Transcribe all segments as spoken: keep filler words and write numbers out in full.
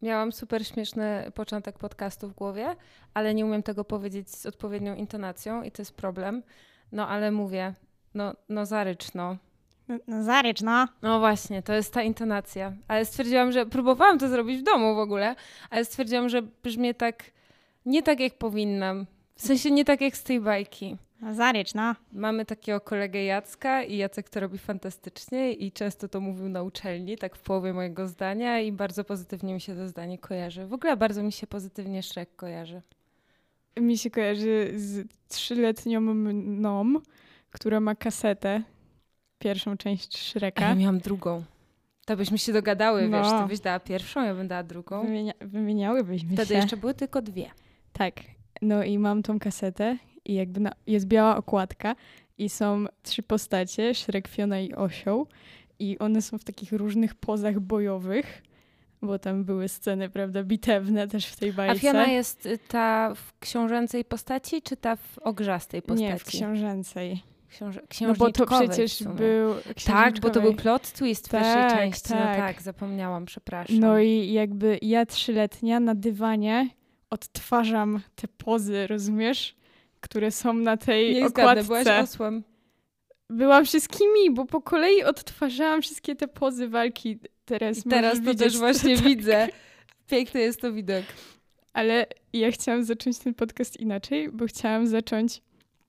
Miałam super śmieszny początek podcastu w głowie, ale nie umiem tego powiedzieć z odpowiednią intonacją i to jest problem. No ale mówię, no, no zarycz, no. No, no zarycz, no. No właśnie, to jest ta intonacja. Ale stwierdziłam, że próbowałam to zrobić w domu w ogóle, ale stwierdziłam, że brzmię tak, nie tak jak powinnam. W sensie nie tak jak z tej bajki. No zarycz, no. Mamy takiego kolegę Jacka i Jacek to robi fantastycznie i często to mówił na uczelni, tak w połowie mojego zdania i bardzo pozytywnie mi się to zdanie kojarzy. W ogóle bardzo mi się pozytywnie Shrek kojarzy. Mi się kojarzy z trzyletnią mną, która ma kasetę, pierwszą część Shreka. A ja miałam drugą. To byśmy się dogadały, No. wiesz, ty byś dała pierwszą, ja bym dała drugą. Wymienia- wymieniałybyśmy Wtedy się. jeszcze były tylko dwie. Tak. No i mam tą kasetę i jakby na, jest biała okładka i są trzy postacie, Shrek, Fiona i Osioł. I one są w takich różnych pozach bojowych, bo tam były sceny, prawda, bitewne też w tej bajce. A Fiona jest y, ta w książęcej postaci, czy ta w ogrzastej postaci? Nie, w książęcej. Książę- No bo to księżniczkowej przecież w sumie. był Tak, bo to był księżniczkowej. plot twist w Tak, pierwszej części. No tak. tak, zapomniałam, przepraszam. No i jakby ja trzyletnia na dywanie odtwarzam te pozy, rozumiesz? Które są na tej Niech okładce. zgadnę, byłaś osłem. Byłam wszystkimi, bo po kolei odtwarzałam wszystkie te pozy walki. Teraz, I teraz możesz to widzieć, też właśnie tak. widzę. Piękny jest to widok. Ale ja chciałam zacząć ten podcast inaczej, bo chciałam zacząć...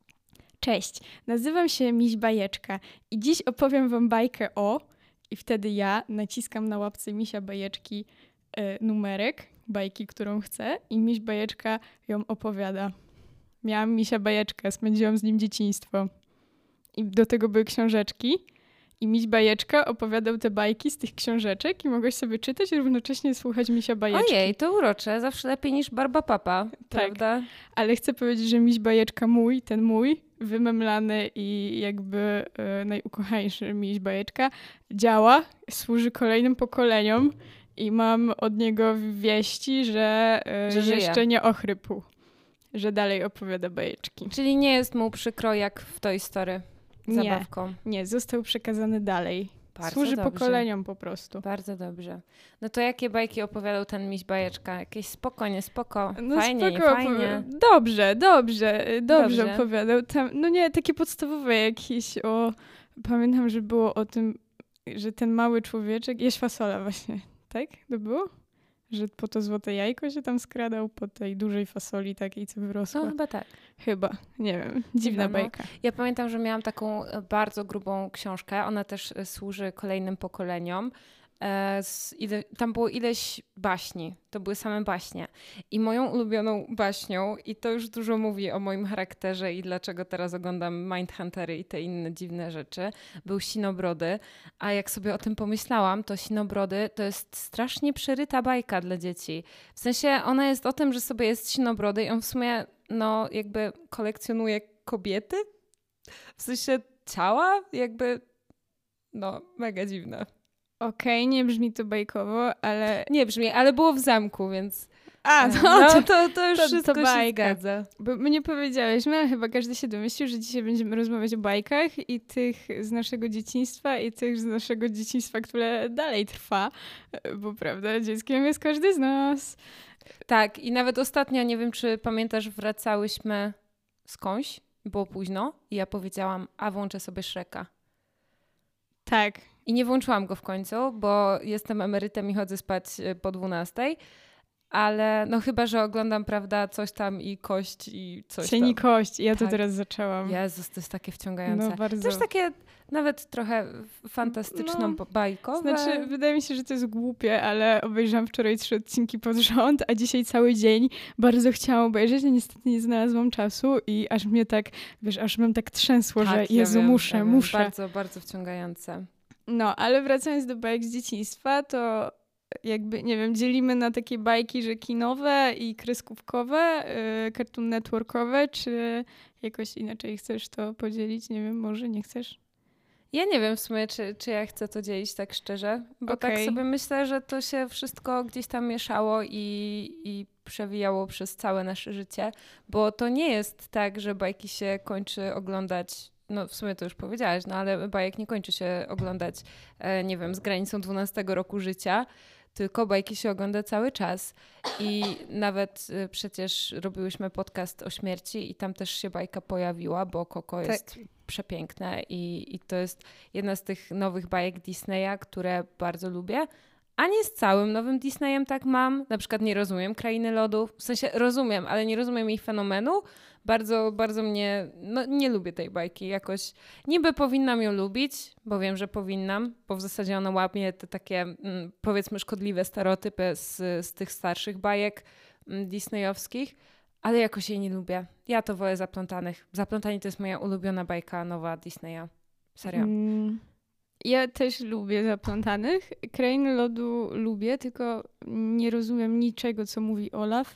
Cześć, nazywam się Miś Bajeczka i dziś opowiem wam bajkę o... I wtedy ja naciskam na łapce Misia Bajeczki y, numerek bajki, którą chcę i Miś Bajeczka ją opowiada. Miałam Misia Bajeczkę, spędziłam z nim dzieciństwo. I do tego były książeczki i Miś Bajeczka opowiadał te bajki z tych książeczek i mogłeś sobie czytać i równocześnie słuchać Misia Bajeczki. Ojej, to urocze. Zawsze lepiej niż Barba Papa, Tak. prawda? Ale chcę powiedzieć, że Miś Bajeczka mój, ten mój, wymemlany i jakby e, najukochańszy Miś Bajeczka, działa, służy kolejnym pokoleniom i mam od niego wieści, że, e, Że żyje. jeszcze nie ochrypł, że dalej opowiada bajeczki. Czyli nie jest mu przykro jak w Toy Story. Nie. Zabawką. Nie, został przekazany dalej. Bardzo Służy dobrze. pokoleniom po prostu. Bardzo dobrze. No to jakie bajki opowiadał ten Miś Bajeczka? Jakieś spoko, nie spoko? No fajnie, spoko, nie fajnie? opowi- Dobrze, dobrze, dobrze, Dobrze. opowiadał. Tam, no nie, takie podstawowe jakieś o... Pamiętam, że było o tym, że ten mały człowieczek... Jeść fasola właśnie, tak? To było? Że po to złote jajko się tam skradał, po tej dużej fasoli takiej, co wyrosła. No chyba tak. Chyba, nie wiem. Dziwna Chyba, no. bajka. Ja pamiętam, że miałam taką e, bardzo grubą książkę. Ona też e, służy kolejnym pokoleniom. E, z ile, tam było ileś baśni. To były same baśnie. I moją ulubioną baśnią, i to już dużo mówi o moim charakterze i dlaczego teraz oglądam Mindhuntery i te inne dziwne rzeczy, był Sinobrody. A jak sobie o tym pomyślałam, to Sinobrody to jest strasznie przeryta bajka dla dzieci. W sensie ona jest o tym, że sobie jest Sinobrody i on w sumie no jakby kolekcjonuje kobiety. W sensie ciała, jakby no mega dziwne. Okej, nie brzmi to bajkowo, ale... Nie brzmi, ale było w zamku, więc A, e, no, no, to, to, to już to- to wszystko się bajka. zgadza. Bo my nie powiedziałyśmy, ale chyba każdy się domyślił, że dzisiaj będziemy rozmawiać o bajkach i tych z naszego dzieciństwa i tych z naszego dzieciństwa, które dalej trwa, bo prawda, dzieckiem jest każdy z nas. Tak, i nawet ostatnio, nie wiem czy pamiętasz, wracałyśmy skądś, było późno i ja powiedziałam, a włączę sobie Shreka. Tak. I nie włączyłam go w końcu, bo jestem emerytem i chodzę spać y, po dwunastej. Ale no chyba, że oglądam, prawda, coś tam i kość i coś Cień i tam. kość. Ja to Tak. teraz zaczęłam. Jezus, to jest takie wciągające. No bardzo. Też takie nawet trochę fantastyczno No, bajkowe. Znaczy, wydaje mi się, że to jest głupie, ale obejrzałam wczoraj trzy odcinki pod rząd, a dzisiaj cały dzień bardzo chciałam obejrzeć, a niestety nie znalazłam czasu i aż mnie tak, wiesz, aż mnie tak trzęsło, że Tak, Jezu, ja wiem, muszę, ja wiem. muszę. Bardzo, bardzo wciągające. No, ale wracając do bajek z dzieciństwa, to jakby, nie wiem, dzielimy na takie bajki, że kinowe i kreskówkowe, yy, Cartoon Networkowe, czy jakoś inaczej chcesz to podzielić? Nie wiem, może nie chcesz? Ja nie wiem w sumie, czy, czy ja chcę to dzielić tak szczerze, bo tak Okej. sobie myślę, że to się wszystko gdzieś tam mieszało i, i przewijało przez całe nasze życie, bo to nie jest tak, że bajki się kończy oglądać, no w sumie to już powiedziałaś, no ale bajek nie kończy się oglądać, e, nie wiem, z granicą dwunastego roku życia, tylko bajki się ogląda cały czas. I nawet y, przecież robiłyśmy podcast o śmierci i tam też się bajka pojawiła, bo Coco Tak. jest przepiękne i, i to jest jedna z tych nowych bajek Disneya, które bardzo lubię. A nie z całym nowym Disneyem tak mam. Na przykład nie rozumiem Krainy Lodu. W sensie rozumiem, ale nie rozumiem jej fenomenu. Bardzo, bardzo mnie... No nie lubię tej bajki jakoś. Niby powinnam ją lubić, bo wiem, że powinnam, bo w zasadzie ona łapie te takie mm, powiedzmy szkodliwe stereotypy z, z tych starszych bajek mm, disneyowskich, ale jakoś jej nie lubię. Ja to wolę Zaplątanych. Zaplątani to jest moja ulubiona bajka nowa Disneya. Serio. Mm. Ja też lubię Zaplątanych. Krainy Lodu lubię, tylko nie rozumiem niczego, co mówi Olaf,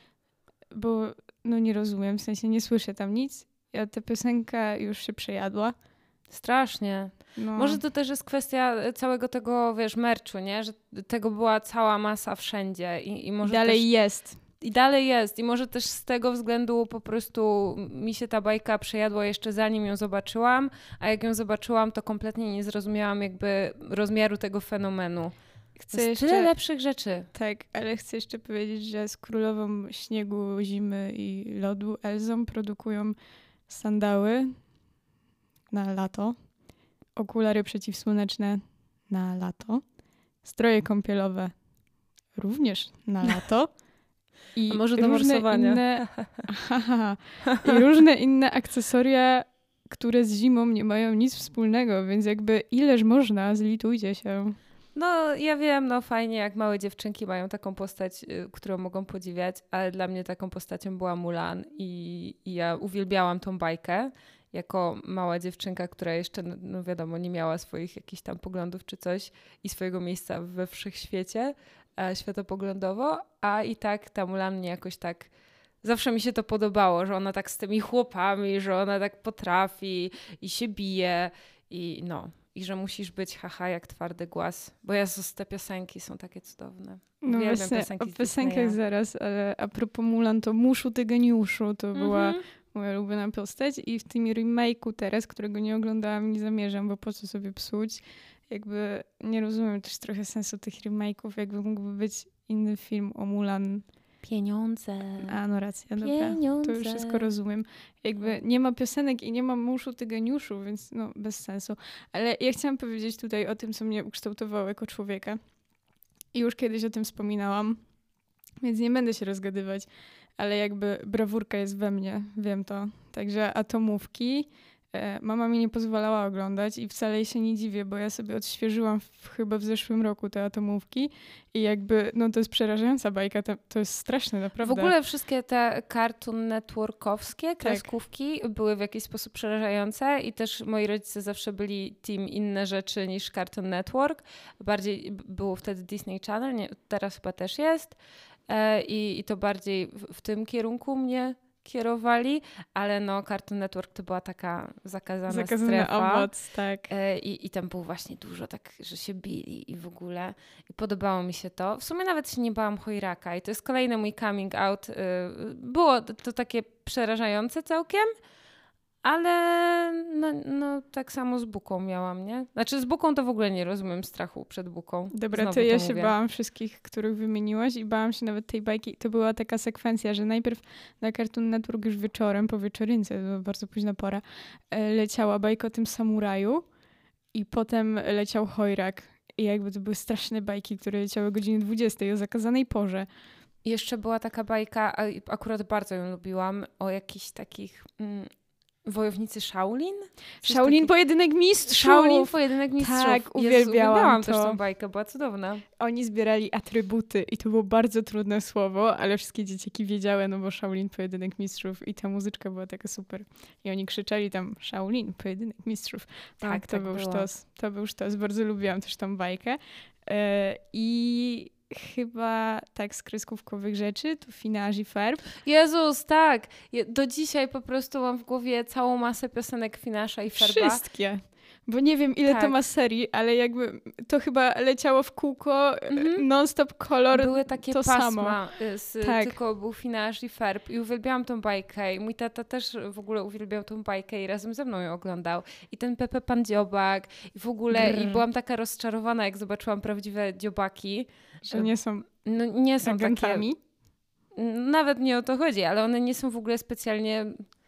bo no nie rozumiem, w sensie nie słyszę tam nic. Ja ta piosenka już się przejadła. Strasznie. No. Może to też jest kwestia całego tego, wiesz, merchu, nie? Że tego była cała masa wszędzie i, i może dalej też... jest. I dalej jest. I może też z tego względu po prostu mi się ta bajka przejadła jeszcze zanim ją zobaczyłam, a jak ją zobaczyłam, to kompletnie nie zrozumiałam jakby rozmiaru tego fenomenu. Chcę jest jeszcze... tyle lepszych rzeczy. Tak, ale chcę jeszcze powiedzieć, że z Królową Śniegu, Zimy i Lodu Elzą produkują sandały na lato, okulary przeciwsłoneczne na lato, stroje kąpielowe również na lato i A może do różne morsowania. inne, aha, i różne inne akcesoria, które z zimą nie mają nic wspólnego, więc jakby ileż można, zlitujcie się. No ja wiem, no fajnie jak małe dziewczynki mają taką postać, y, którą mogą podziwiać, ale dla mnie taką postacią była Mulan i, i ja uwielbiałam tą bajkę jako mała dziewczynka, która jeszcze, no, no wiadomo, nie miała swoich jakichś tam poglądów czy coś i swojego miejsca we wszechświecie e, światopoglądowo, a i tak ta Mulan mnie jakoś tak zawsze mi się to podobało, że ona tak z tymi chłopami, że ona tak potrafi i się bije i no... I że musisz być haha jak twardy głaz. Bo Jezus, te piosenki są takie cudowne. No Uwielbiam właśnie, piosenki o z piosenkach Disneya. zaraz, ale a propos Mulan, to Muszu ty geniuszu, to Mhm. była moja ulubiona postać i w tym remake'u teraz, którego nie oglądałam, nie zamierzam, bo po co sobie psuć, jakby nie rozumiem też trochę sensu tych remake'ów, jakby mógłby być inny film o Mulan. Pieniądze. A, no racja, dobra. Pieniądze. To już wszystko rozumiem. Jakby nie ma piosenek i nie ma Muszu ty geniuszu, więc no bez sensu. Ale ja chciałam powiedzieć tutaj o tym, co mnie ukształtowało jako człowieka. I już kiedyś o tym wspominałam, więc nie będę się rozgadywać, ale jakby brawurka jest we mnie, wiem to. Także atomówki e, mama mi nie pozwalała oglądać i wcale jej się nie dziwię, bo ja sobie odświeżyłam w, chyba w zeszłym roku te atomówki i jakby, no to jest przerażająca bajka, to, to jest straszne, naprawdę. W ogóle wszystkie te Cartoon Networkowskie kreskówki tak. były w jakiś sposób przerażające i też moi rodzice zawsze byli team inne rzeczy niż Cartoon Network. Bardziej było wtedy Disney Channel, nie, teraz chyba też jest e, i, i to bardziej w, w tym kierunku mnie kierowali, ale no Cartoon Network to była taka zakazana, zakazana strefa. Owoc, tak. E, i, I tam było właśnie dużo tak, że się bili i w ogóle. I podobało mi się to. W sumie nawet się nie bałam chojraka i to jest kolejny mój coming out. Y, było to, to takie przerażające całkiem, ale no, no tak samo z buką miałam, nie? Znaczy z buką to w ogóle nie rozumiem strachu przed buką. Dobra, Znowu to ja to się mówię. bałam wszystkich, których wymieniłaś i bałam się nawet tej bajki. To była taka sekwencja, że najpierw na Cartoon Network już wieczorem, po wieczorynce, to była bardzo późna pora, leciała bajka o tym samuraju i potem leciał chojrak. I jakby to były straszne bajki, które leciały o godzinie dwudziestej o zakazanej porze. I jeszcze była taka bajka, a akurat bardzo ją lubiłam, o jakichś takich... Mm, Wojownicy Shaolin? Coś Shaolin taki... Pojedynek Mistrzów! Shaolin Pojedynek Mistrzów. Tak, Jezu, uwielbiałam uwielbiałam to. też tą bajkę, była cudowna. Oni zbierali atrybuty i to było bardzo trudne słowo, ale wszystkie dzieciaki wiedziały, no bo Shaolin Pojedynek Mistrzów i ta muzyczka była taka super. I oni krzyczeli tam Shaolin Pojedynek Mistrzów. Tak, Tak, to tak był było. sztos. To był sztos. Bardzo lubiłam też tą bajkę. Yy, I chyba tak z kreskówkowych rzeczy to Finaż i Ferb. Jezus, tak. Je- Do dzisiaj po prostu mam w głowie całą masę piosenek Finasza i Ferba. Wszystkie. Bo nie wiem, ile Tak. to ma serii, ale jakby to chyba leciało w kółko, Mhm. non-stop kolor, Były takie to pasma, samo. z, Tak. tylko był Finasz i Ferb i uwielbiałam tą bajkę i mój tata też w ogóle uwielbiał tą bajkę i razem ze mną ją oglądał. I ten Pepe Pan Dziobak i w ogóle Grr. i byłam taka rozczarowana, jak zobaczyłam prawdziwe dziobaki. Że nie są No nie są agentami. takie... Nawet nie o to chodzi, ale one nie są w ogóle specjalnie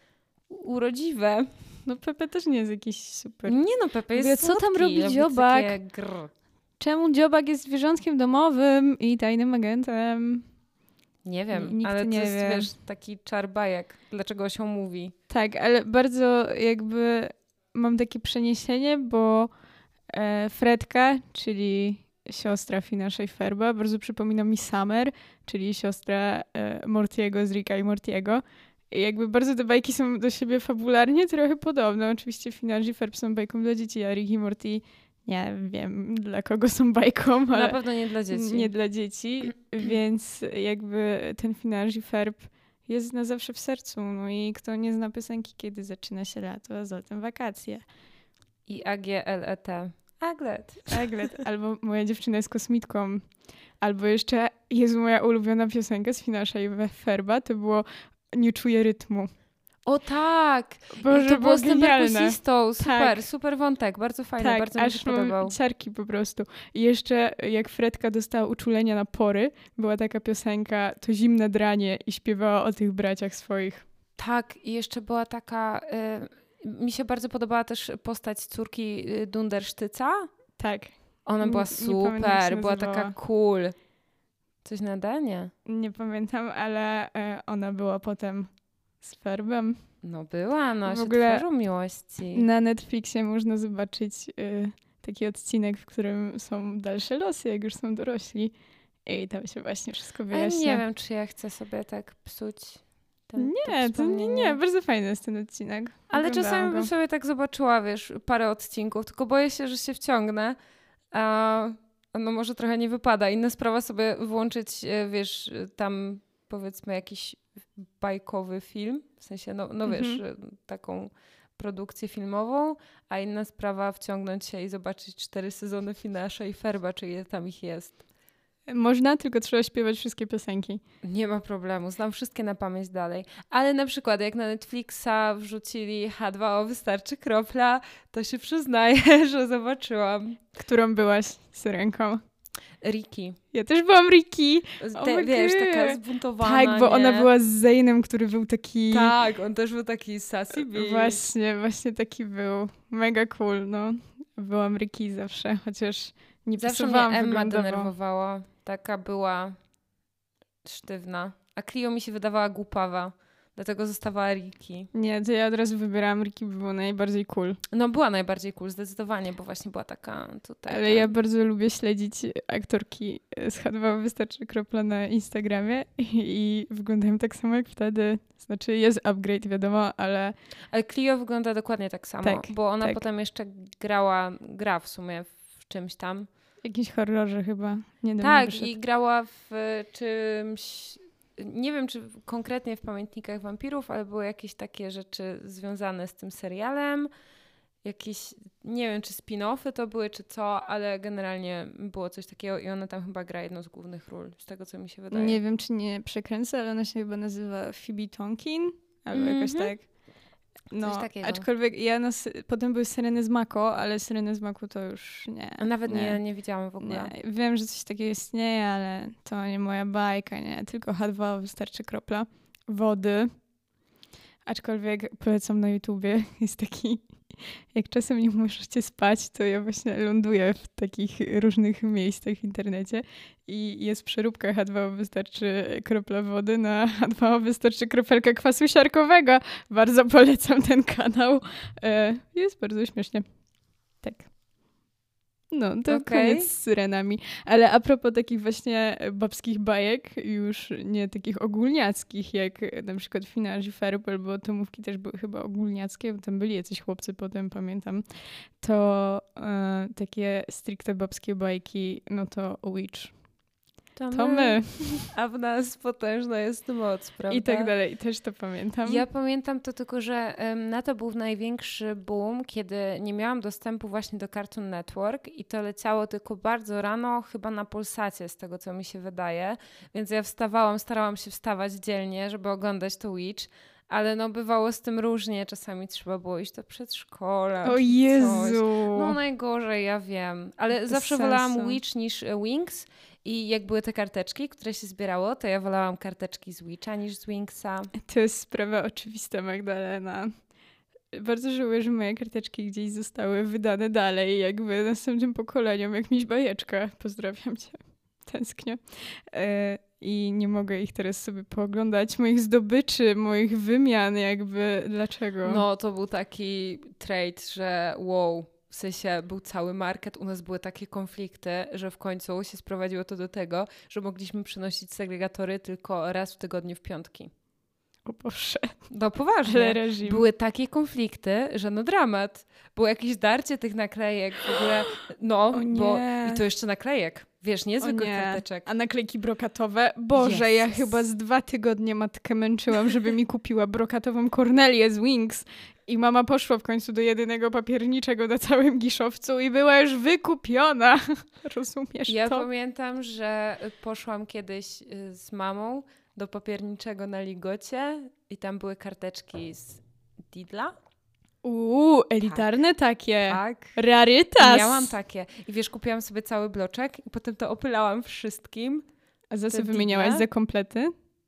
urodziwe. No Pepe też nie jest jakiś super. Nie no, Pepe jest Co tam słodki, robi robi dziobak? takie grr. Czemu dziobak jest zwierzątkiem domowym i tajnym agentem? Nie wiem, Nikt ale nie to jest, wie. wiesz, taki czar bajek. Dlaczego się mówi? Tak, ale bardzo jakby mam takie przeniesienie, bo e, Fredka, czyli siostra Finasza i Ferba, bardzo przypomina mi Summer, czyli siostra e, Mortiego z Ricka i Mortiego. I jakby bardzo te bajki są do siebie fabularnie trochę podobne. Oczywiście Finasz i Ferb są bajką dla dzieci, a Rick i Morty nie wiem, dla kogo są bajką, ale Na pewno nie dla dzieci. nie dla dzieci, więc jakby ten Finasz i Ferb jest na zawsze w sercu. No i kto nie zna piosenki, kiedy zaczyna się lato, a zatem wakacje. I A G L E T. Aglet. Aglet. Albo Moja dziewczyna jest kosmitką. Albo jeszcze jest moja ulubiona piosenka z Finasza i Ferba. To było Nie czuję rytmu. O tak! Boże, I to było z tym genialne. perkusistą. Super, Tak. super wątek. Bardzo fajny, Tak, bardzo mi aż się podobał. mam ciarki po prostu. I jeszcze jak Fredka dostała uczulenia na pory, była taka piosenka To zimne dranie i śpiewała o tych braciach swoich. Tak, i jeszcze była taka... Y, mi się bardzo podobała też postać córki y, Dundersztyca. Tak. Ona była Nie- nie pamiętam, jak się super, była nazywała. taka cool. Coś na danie? Nie pamiętam, ale e, ona była potem z Ferbem. No była, no W się ogóle tworzą miłości. Na Netflixie można zobaczyć y, taki odcinek, w którym są dalsze losy, jak już są dorośli. I tam się właśnie wszystko Ale wyjaśnia. nie wiem, czy ja chcę sobie tak psuć ten, Nie, to nie, wspomnienie. nie, bardzo fajny jest ten odcinek. Ale Oglądałam czasami go. bym sobie tak zobaczyła, wiesz, parę odcinków, tylko boję się, że się wciągnę. A no może trochę nie wypada. Inna sprawa sobie włączyć, e, wiesz, tam powiedzmy jakiś bajkowy film, w sensie, no, no wiesz, Mhm. e, taką produkcję filmową, a inna sprawa wciągnąć się i zobaczyć cztery sezony Finasza i Ferba, czy ile tam ich jest. Można, tylko trzeba śpiewać wszystkie piosenki. Nie ma problemu, znam wszystkie na pamięć dalej. Ale na przykład jak na Netflixa wrzucili H dwa O wystarczy kropla, to się przyznaję, że zobaczyłam. Którą byłaś syrenką? Ricky. Ja też byłam Ricky. Te, Oh my wiesz, God. taka zbuntowana, Tak, bo nie? ona była z Zainem, który był taki... Tak, on też był taki sassy bitch. Właśnie, właśnie taki był. Mega cool, no. Byłam Ricky zawsze, chociaż nie Zawsze mnie pasowałam Emma wyglądowo. denerwowała. Taka była sztywna. A Clio mi się wydawała głupawa. Dlatego zostawała Ricky. Nie, to ja od razu wybierałam Ricky, by było najbardziej cool. No była najbardziej cool, zdecydowanie, bo właśnie była taka tutaj. Ale ja bardzo lubię śledzić aktorki z H dwa Wystarczy kropla na Instagramie i, i wyglądają tak samo jak wtedy. Znaczy jest upgrade, wiadomo, ale Ale Clio wygląda dokładnie tak samo, Tak, bo ona tak. potem jeszcze grała, gra w sumie w czymś tam. w jakimś horrorze chyba niedawno Tak, wyszedł. i grała w czymś, nie wiem czy konkretnie w Pamiętnikach Wampirów, ale były jakieś takie rzeczy związane z tym serialem. Jakieś, nie wiem czy spin-offy to były, czy co, ale generalnie było coś takiego i ona tam chyba gra jedną z głównych ról, z tego co mi się wydaje. Nie wiem, czy nie przekręcę, ale ona się chyba nazywa Phoebe Tonkin, albo jakoś Mhm. tak. No, Coś takiego. aczkolwiek ja na, sy- potem były Syreny z Mako, ale Syreny z Mako to już nie. A nawet nie, nie widziałam w ogóle. Nie, wiem, że coś takiego istnieje, ale to nie moja bajka, nie. Tylko H dwa O wystarczy kropla wody. Aczkolwiek polecam na YouTubie. Jest taki, jak czasem nie możecie spać, to ja właśnie ląduję w takich różnych miejscach w internecie i jest przeróbka H dwa O wystarczy kropla wody na H dwa O wystarczy kropelka kwasu siarkowego. Bardzo polecam ten kanał. E, jest bardzo śmiesznie. Tak. No, to Okej. koniec z syrenami. Ale a propos takich właśnie babskich bajek, już nie takich ogólniackich, jak na przykład Finasz i Ferb, albo Tomówki też były chyba ogólniackie, bo tam byli jacyś chłopcy potem, pamiętam, to e, takie stricte babskie bajki, no to Witch. To my. to my. A w nas potężna jest moc, prawda? I tak dalej. I też to pamiętam. Ja pamiętam to tylko, że um, na to był największy boom, kiedy nie miałam dostępu właśnie do Cartoon Network i to leciało tylko bardzo rano, chyba na Polsacie, z tego co mi się wydaje. Więc ja wstawałam, starałam się wstawać dzielnie, żeby oglądać to Witch. Ale no bywało z tym różnie. Czasami trzeba było iść do przedszkola. O Jezu! Coś. No najgorzej, ja wiem. Ale Bez zawsze sensu. wolałam Witch niż Wings. I jak były te karteczki, które się zbierało, to ja wolałam karteczki z Witcha niż z Wingsa. To jest sprawa oczywista, Magdalena. Bardzo żałuję, że moje karteczki gdzieś zostały wydane dalej, jakby następnym pokoleniom, jak Miś Bajeczka. Pozdrawiam cię. Tęsknię. E- I nie mogę ich teraz sobie pooglądać, moich zdobyczy, moich wymian, jakby dlaczego. No to był taki trade, że wow, w sensie był cały market, u nas były takie konflikty, że w końcu się sprowadziło to do tego, że mogliśmy przynosić segregatory tylko raz w tygodniu w piątki. O Boże. No poważnie. Ale reżim. Były takie konflikty, że no dramat. Było jakieś darcie tych naklejek w ogóle. No, o nie. bo i to jeszcze naklejek. Wiesz, niezwykłych karteczek. A naklejki brokatowe? Boże, yes. Ja chyba z dwa tygodnie matkę męczyłam, żeby mi kupiła brokatową Cornelię z Wings. I mama poszła w końcu do jedynego papierniczego na całym Giszowcu i była już wykupiona. Rozumiesz ja to? Ja pamiętam, że poszłam kiedyś z mamą do papierniczego na Ligocie i tam były karteczki z Didla. Uuu, elitarne tak. takie. Tak. Rarytas. I miałam takie. I wiesz, kupiłam sobie cały bloczek i potem to opylałam wszystkim. A za co wymieniałaś? Za komplety?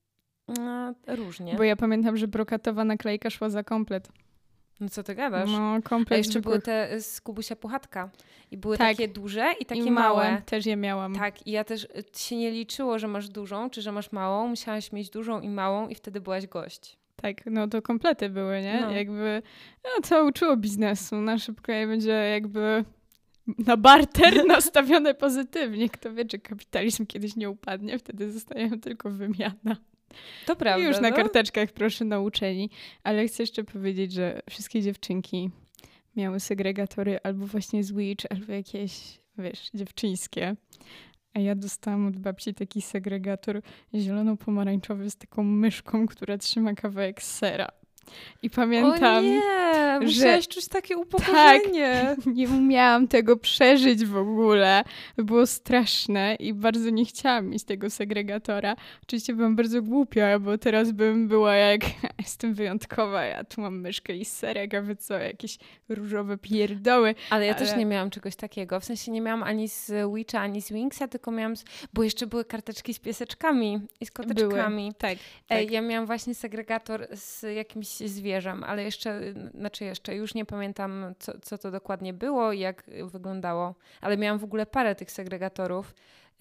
No, różnie. Bo ja pamiętam, że brokatowa naklejka szła za komplet. No co ty gadasz? No, komplet. A jeszcze zwykłych. były te z Kubusia Puchatka. I były tak. takie duże i takie I małe. małe. Też je miałam. Tak, i ja też się nie liczyło, że masz dużą, czy że masz małą. Musiałaś mieć dużą i małą i wtedy byłaś gość. Tak, no to komplety były, nie? No. Jakby, no to uczyło biznesu. Na szybko będzie jakby na barter nastawione pozytywnie. Kto wie, czy kapitalizm kiedyś nie upadnie, wtedy zostaje tylko wymiana. To prawda. I już na no? karteczkach proszę nauczeni. Ale chcę jeszcze powiedzieć, że wszystkie dziewczynki miały segregatory albo właśnie z Witch, albo jakieś, wiesz, dziewczyńskie. A ja dostałam od babci taki segregator zielono-pomarańczowy z taką myszką, która trzyma kawałek sera. I pamiętam, o nie, musiałaś czuć takie upokorzenie. Tak, nie umiałam tego przeżyć w ogóle. Było straszne i bardzo nie chciałam mieć tego segregatora. Oczywiście byłam bardzo głupia, bo teraz bym była jak jestem wyjątkowa, ja tu mam myszkę i serek, a wy co, jakieś różowe pierdoły. Ale ja Ale... też nie miałam czegoś takiego. W sensie nie miałam ani z Witcha, ani z Wingsa, tylko miałam, z... bo jeszcze były karteczki z pieseczkami i z koteczkami. Były. Tak, tak. tak. Ja miałam właśnie segregator z jakimś zwierzem, ale jeszcze, znaczy jeszcze, już nie pamiętam, co, co to dokładnie było i jak wyglądało. Ale miałam w ogóle parę tych segregatorów,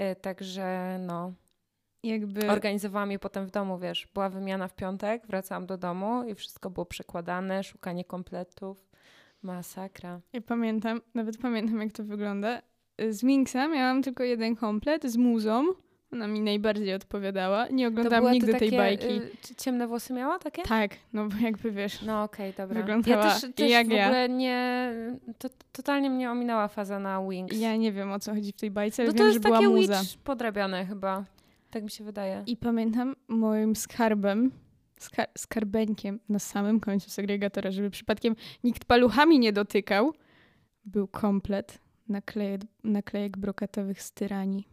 także no... Jakby... Organizowałam je potem w domu, wiesz. Była wymiana w piątek, wracałam do domu i wszystko było przekładane, szukanie kompletów. Masakra. Ja pamiętam, nawet pamiętam jak to wygląda. Z Winksa miałam tylko jeden komplet z muzą. Ona mi najbardziej odpowiadała. Nie oglądałam nigdy takie, tej bajki. Y, ciemne włosy miała takie? Tak, no bo jakby wiesz. No okej, okay, dobra. Wyglądała ja też, też jak w ogóle ja. nie... To, totalnie mnie ominęła faza na Wings. Ja nie wiem, o co chodzi w tej bajce, ale no wiem, to jest że była takie muza. Witch podrabiane chyba. Tak mi się wydaje. I pamiętam moim skarbem, skar- skarbeńkiem na samym końcu segregatora, żeby przypadkiem nikt paluchami nie dotykał, był komplet naklejek, naklejek brokatowych z Tyranii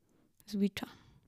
z Witcha.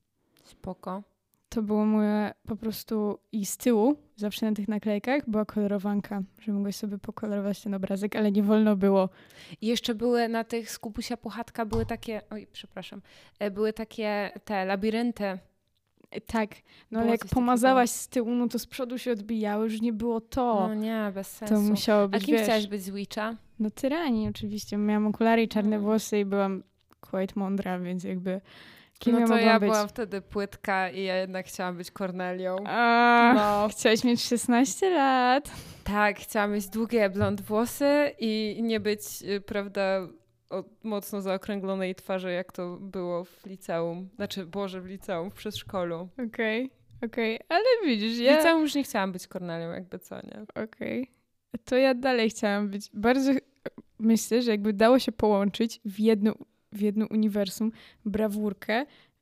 Spoko. To było moje po prostu i z tyłu, zawsze na tych naklejkach była kolorowanka, że mogłeś sobie pokolorować ten obrazek, ale nie wolno było. I jeszcze były na tych z Kubusia Puchatka były takie, oj, przepraszam, były takie te labirynty. Tak, no było ale jak pomazałaś takiego z tyłu, no to z przodu się odbijały, już nie było to. No nie, bez sensu. To musiało być, A kim wiesz, chciałaś być z Witcha? No Tyranii oczywiście. Miałam okulary i czarne mm. włosy i byłam quite mądra, więc jakby kim no ja to mogłam ja być? byłam wtedy płytka i ja jednak chciałam być Cornelią. A, no. Chciałaś mieć szesnaście lat. Tak, chciałam mieć długie blond włosy i nie być, prawda, o mocno zaokrąglonej twarzy, jak to było w liceum. Znaczy, Boże, w liceum, w przedszkolu. Okej, okay, okej, okay. Ale widzisz, W ja... liceum już nie chciałam być Cornelią, jakby co, nie? Okej. Okay. To ja dalej chciałam być. Bardzo myślę, że jakby dało się połączyć w jedno, w jedno uniwersum brawurkę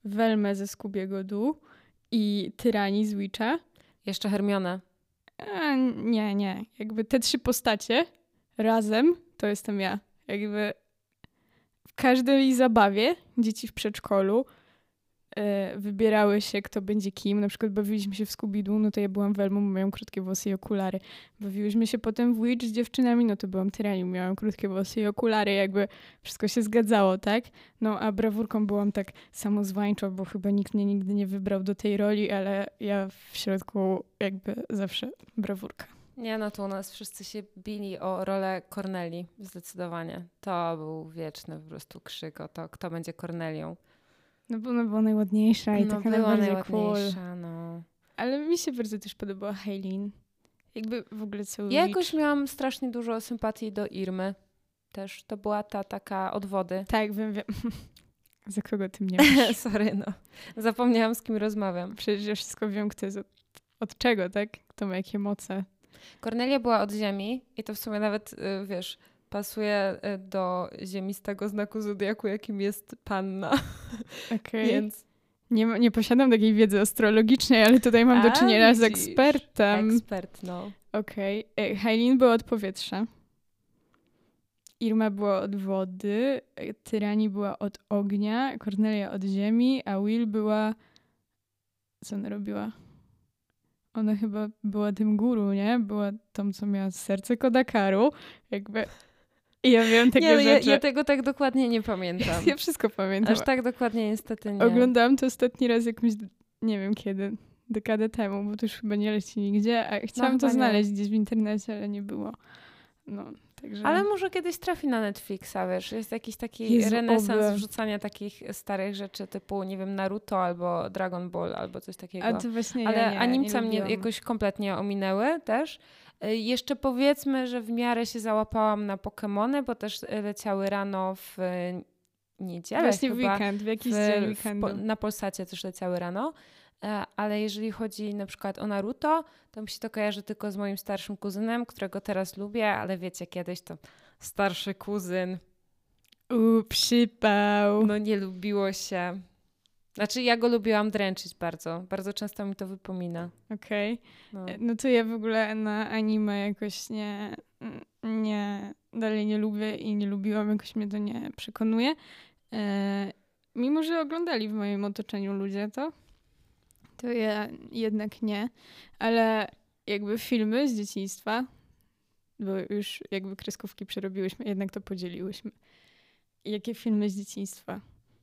Velmę ze Scoobiego Doo i Tyrani z Witcha. Jeszcze Hermione. A, nie, nie. Jakby te trzy postacie razem to jestem ja. Jakby w każdej zabawie dzieci w przedszkolu y, wybierały się, kto będzie kim. Na przykład bawiliśmy się w Scooby-Doo, no to ja byłam Velmą, miałam krótkie włosy i okulary. Bawiłyśmy się potem w Witch z dziewczynami, no to byłam Tyranią, miałam krótkie włosy i okulary. Jakby wszystko się zgadzało, tak? No a brawurką byłam tak samozwańczo, bo chyba nikt mnie nigdy nie wybrał do tej roli, ale ja w środku jakby zawsze brawurka. Nie, no to u nas wszyscy się bili o rolę Corneli, zdecydowanie. To był wieczny po prostu krzyk o to, kto będzie Cornelią. No bo ona była najładniejsza i no, taka była najbardziej cool. No. Ale mi się bardzo też podobała Haylin. Jakby w ogóle cały Ja Witch. jakoś miałam strasznie dużo sympatii do Irmy. Też to była ta taka od wody. Tak, wiem, wiem. Za kogo ty mnie masz? Sorry, no. Zapomniałam, z kim rozmawiam. Przecież ja wszystko wiem, kto jest od, od czego, tak? Kto ma jakie moce. Kornelia była od ziemi i to w sumie nawet, wiesz, pasuje do ziemistego znaku zodiaku, jakim jest panna. Okej. Okay. Więc... Nie, nie posiadam takiej wiedzy astrologicznej, ale tutaj mam do czynienia z ekspertem. Ekspert, no. Okej. Okay. Haylin była od powietrza. Irma była od wody. Tyrani była od ognia. Cornelia od ziemi. A Will była... Co ona robiła? Ona chyba była tym guru, nie? Była tą, co miała serce Kodakaru. Jakby... I ja wiem takie nie, rzeczy. Ja, ja tego tak dokładnie nie pamiętam. Ja wszystko pamiętam. Aż tak dokładnie niestety nie. Oglądałam to ostatni raz jakąś, nie wiem kiedy, dekadę temu, bo to już chyba nie leci nigdzie, a chciałam no, to znaleźć nie. gdzieś w internecie, ale nie było. No, także... Ale może kiedyś trafi na Netflixa, wiesz, jest jakiś taki Jezu, renesans oby. wrzucania takich starych rzeczy typu, nie wiem, Naruto albo Dragon Ball albo coś takiego. A to właśnie Ale ja nie, animca nie mnie jakoś kompletnie ominęły też. Jeszcze powiedzmy, że w miarę się załapałam na Pokemony, bo też leciały rano w niedzielę Właśnie chyba. w weekend, w jakiś w, dzień weekendu. W, na Polsacie też leciały rano. Ale jeżeli chodzi na przykład o Naruto, to mi się to kojarzy tylko z moim starszym kuzynem, którego teraz lubię, ale wiecie, kiedyś to starszy kuzyn. Uuu, przypał. No nie lubiło się. Znaczy ja go lubiłam dręczyć bardzo. Bardzo często mi to wypomina. Okej. Okay. No. no to ja w ogóle na anime jakoś nie, nie, dalej nie lubię i nie lubiłam, jakoś mnie to nie przekonuje. E, mimo, że oglądali w moim otoczeniu ludzie to, to ja jednak nie. Ale jakby filmy z dzieciństwa, bo już jakby kreskówki przerobiłyśmy, jednak to podzieliłyśmy. Jakie filmy z dzieciństwa?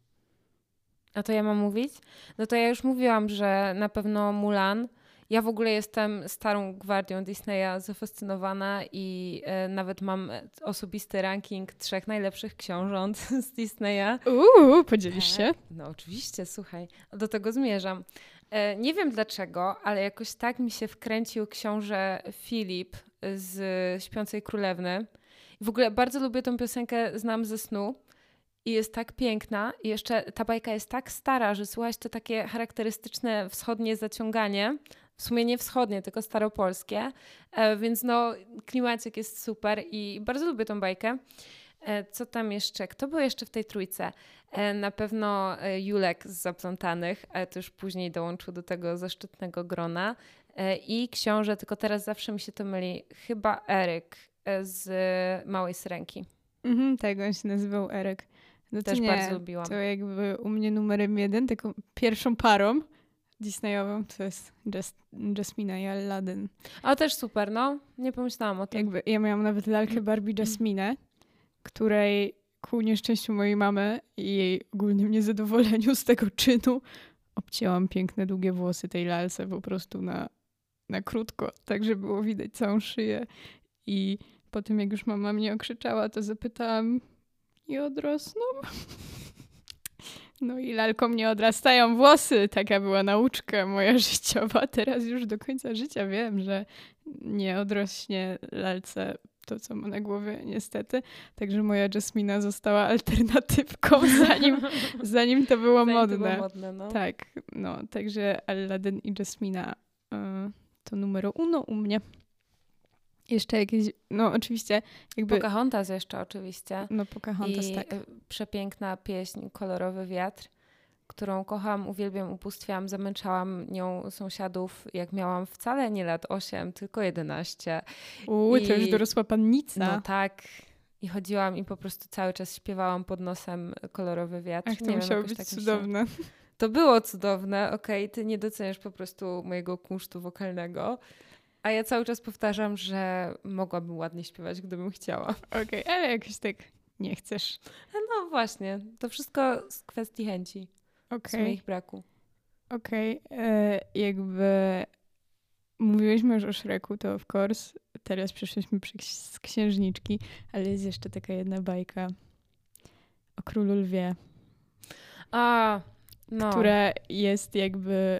A to ja mam mówić? No to ja już mówiłam, że na pewno Mulan. Ja w ogóle jestem starą gwardią Disneya zafascynowana i e, nawet mam osobisty ranking trzech najlepszych książąt z Disneya. Uuu, podzielisz się? No oczywiście, słuchaj, do tego zmierzam. E, nie wiem dlaczego, ale jakoś tak mi się wkręcił książę Filip z Śpiącej Królewny. W ogóle bardzo lubię tą piosenkę Znam ze snu. I jest tak piękna. I jeszcze ta bajka jest tak stara, że słuchać to takie charakterystyczne wschodnie zaciąganie. W sumie nie wschodnie, tylko staropolskie. E, więc no klimacik jest super i bardzo lubię tą bajkę. E, co tam jeszcze? Kto był jeszcze w tej trójce? E, na pewno Julek z Zaplątanych, ale to już później dołączył do tego zaszczytnego grona. E, I książę, tylko teraz zawsze mi się to myli. Chyba Eryk z Małej Syrenki. Mhm, tak, on się nazywał Eryk. No Też nie, bardzo lubiłam. To jakby u mnie numerem jeden, taką pierwszą parą Disneyową to jest Just, Jasmina i Aladdin. A też super, no. Nie pomyślałam o tym. Jakby ja miałam nawet lalkę Barbie Jasminę, której ku nieszczęściu mojej mamy i jej ogólnym niezadowoleniu z tego czynu obcięłam piękne, długie włosy tej lalce po prostu na, na krótko, tak żeby było widać całą szyję. I po tym, jak już mama mnie okrzyczała, to zapytałam, i odrosną? No i lalką nie odrastają włosy. Taka była nauczka moja życiowa. Teraz już do końca życia wiem, że nie odrośnie lalce to, co ma na głowie, niestety. Także moja Jasmina została alternatywką, zanim, zanim to było zanim modne. To było modne no. Tak, no. Także Aladdin i Jasmina y, to numero uno u mnie. Jeszcze jakieś, no oczywiście jakby... Pocahontas jeszcze oczywiście. No Pocahontas, I tak. przepiękna pieśń Kolorowy wiatr. którą kocham, uwielbiam, ubóstwiam, zamęczałam nią sąsiadów, jak miałam wcale nie lat osiem, tylko jedenaście. Uuu, I... to już dorosła pannica. No tak. I chodziłam i po prostu cały czas śpiewałam pod nosem Kolorowy wiatr. Ach, to nie musiało wiem, być tak cudowne. Myślę. To było cudowne, okej, okay, ty nie doceniasz po prostu mojego kunsztu wokalnego, a ja cały czas powtarzam, że mogłabym ładnie śpiewać, gdybym chciała. Okej, okay, ale jakoś tak nie chcesz. No właśnie, to wszystko z kwestii chęci, okay. z moich braku. Okej, okay. jakby mówiłyśmy już o Shreku, to of course, teraz przeszliśmy przez Księżniczki, ale jest jeszcze taka jedna bajka o Królu Lwie. A, no. Która jest jakby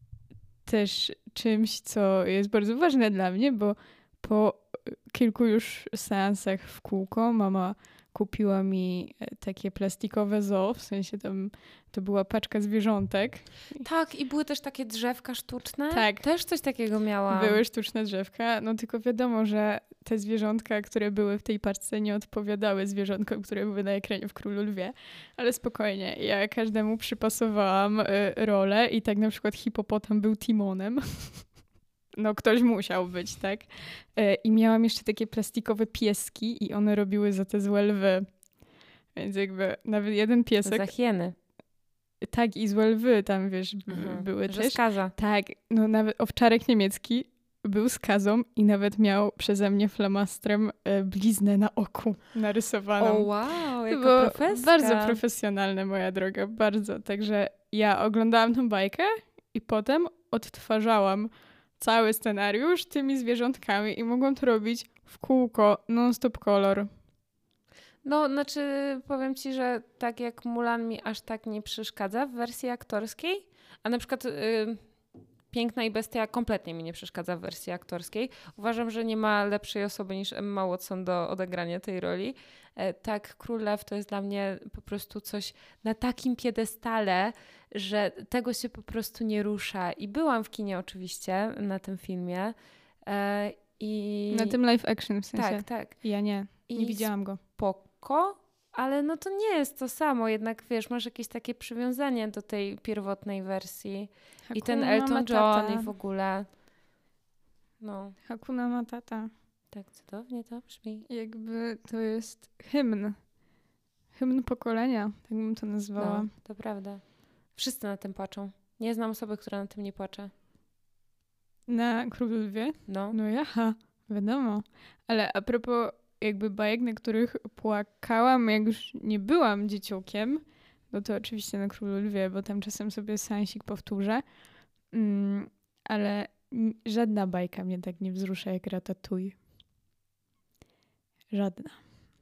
też czymś, co jest bardzo ważne dla mnie, bo po kilku już seansach w kółko mama kupiła mi takie plastikowe zoo, w sensie tam to była paczka zwierzątek. Tak, i były też takie drzewka sztuczne. Tak. Też coś takiego miałam. Były sztuczne drzewka, no tylko wiadomo, że te zwierzątka, które były w tej paczce, nie odpowiadały zwierzątkom, które były na ekranie w Królu Lwie. Ale spokojnie, ja każdemu przypasowałam y, rolę i tak na przykład hipopotam był Timonem. No ktoś musiał być, tak? Y, I miałam jeszcze takie plastikowe pieski i one robiły za te złe lwy. Więc jakby nawet jeden piesek... Za hieny. Tak, i złe lwy tam, wiesz, mhm. były że też. Skaza. Tak, no nawet owczarek niemiecki był skazą i nawet miał przeze mnie flamastrem e, bliznę na oku narysowaną. O wow, jaka było profeska. Bardzo profesjonalne, moja droga, bardzo. Także ja oglądałam tą bajkę i potem odtwarzałam cały scenariusz tymi zwierzątkami i mogłam to robić w kółko, non-stop kolor. No, znaczy powiem ci, że tak jak Mulan mi aż tak nie przeszkadza w wersji aktorskiej, a na przykład y, Piękna i Bestia kompletnie mi nie przeszkadza w wersji aktorskiej. Uważam, że nie ma lepszej osoby niż Emma Watson do odegrania tej roli. E, tak, Król Lew to jest dla mnie po prostu coś na takim piedestale, że tego się po prostu nie rusza. I byłam w kinie oczywiście na tym filmie. E, i... Na tym live action w sensie. Tak, tak. Ja nie, nie I widziałam go. Spoko, ale no to nie jest to samo. Jednak wiesz, masz jakieś takie przywiązanie do tej pierwotnej wersji. Hakuna I ten Elton Matata. John i w ogóle. No. Hakuna Matata. Tak cudownie to brzmi. Jakby to jest hymn. Hymn pokolenia, tak bym to nazwała. No, to prawda. Wszyscy na tym płaczą. Nie znam osoby, która na tym nie płacze. Na Królu Lwie? No. No jaha, wiadomo. Ale a propos jakby bajek, na których płakałam, jak już nie byłam dzieciukiem, no to oczywiście na Królu Lwie, bo tam czasem sobie seansik powtórzę. Mm, ale żadna bajka mnie tak nie wzrusza jak Ratatouille. Żadna.